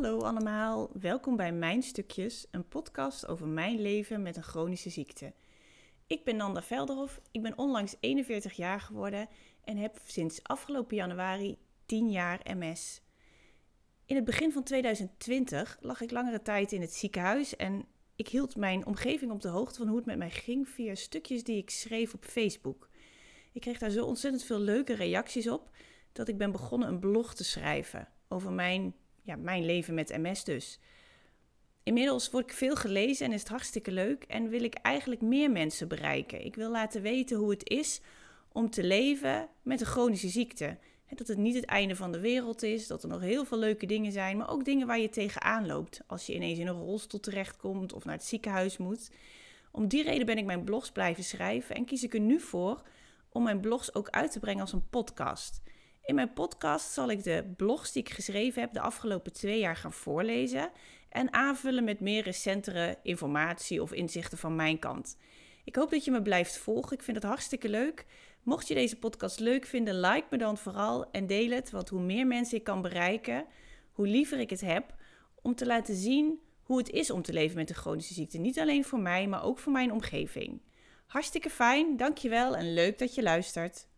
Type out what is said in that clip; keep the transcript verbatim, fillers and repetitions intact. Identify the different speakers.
Speaker 1: Hallo allemaal, welkom bij Mijn Stukjes, een podcast over mijn leven met een chronische ziekte. Ik ben Nanda Velderhof, ik ben onlangs eenenveertig jaar geworden en heb sinds afgelopen januari tien jaar M S. In het begin van tweeduizend twintig lag ik langere tijd in het ziekenhuis en ik hield mijn omgeving op de hoogte van hoe het met mij ging via stukjes die ik schreef op Facebook. Ik kreeg daar zo ontzettend veel leuke reacties op dat ik ben begonnen een blog te schrijven over mijn, ja, mijn leven met M S dus. Inmiddels word ik veel gelezen en is het hartstikke leuk en wil ik eigenlijk meer mensen bereiken. Ik wil laten weten hoe het is om te leven met een chronische ziekte. Dat het niet het einde van de wereld is, dat er nog heel veel leuke dingen zijn, maar ook dingen waar je tegenaan loopt als je ineens in een rolstoel terechtkomt of naar het ziekenhuis moet. Om die reden ben ik mijn blogs blijven schrijven en kies ik er nu voor om mijn blogs ook uit te brengen als een podcast. In mijn podcast zal ik de blogs die ik geschreven heb de afgelopen twee jaar gaan voorlezen en aanvullen met meer recentere informatie of inzichten van mijn kant. Ik hoop dat je me blijft volgen. Ik vind het hartstikke leuk. Mocht je deze podcast leuk vinden, like me dan vooral en deel het. Want hoe meer mensen ik kan bereiken, hoe liever ik het heb om te laten zien hoe het is om te leven met een chronische ziekte. Niet alleen voor mij, maar ook voor mijn omgeving. Hartstikke fijn, dankjewel en leuk dat je luistert.